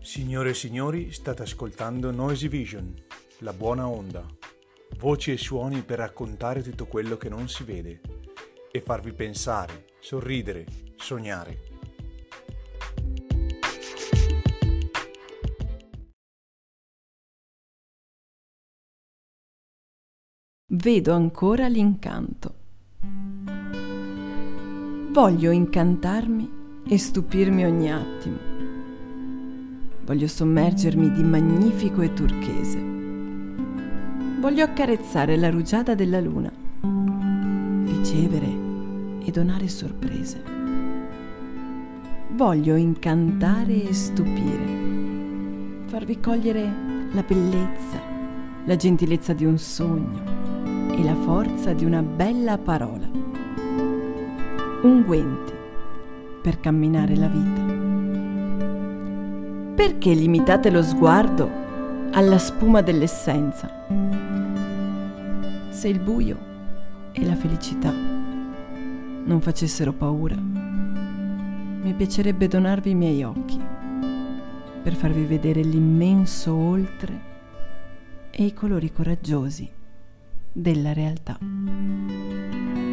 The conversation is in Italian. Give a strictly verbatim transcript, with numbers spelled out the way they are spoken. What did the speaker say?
Signore e signori, state ascoltando Noisy Vision, la buona onda. Voci e suoni per raccontare tutto quello che non si vede e farvi pensare, sorridere, sognare. Vedo ancora l'incanto. Voglio incantarmi e stupirmi ogni attimo. Voglio sommergermi di magnifico e turchese. Voglio accarezzare la rugiada della luna, ricevere e donare sorprese. Voglio incantare e stupire, farvi cogliere la bellezza, la gentilezza di un sogno e la forza di una bella parola. Unguenti per camminare la vita. Perché limitate lo sguardo alla spuma dell'essenza? Se il buio e la felicità non facessero paura, mi piacerebbe donarvi i miei occhi per farvi vedere l'immenso oltre e i colori coraggiosi della realtà.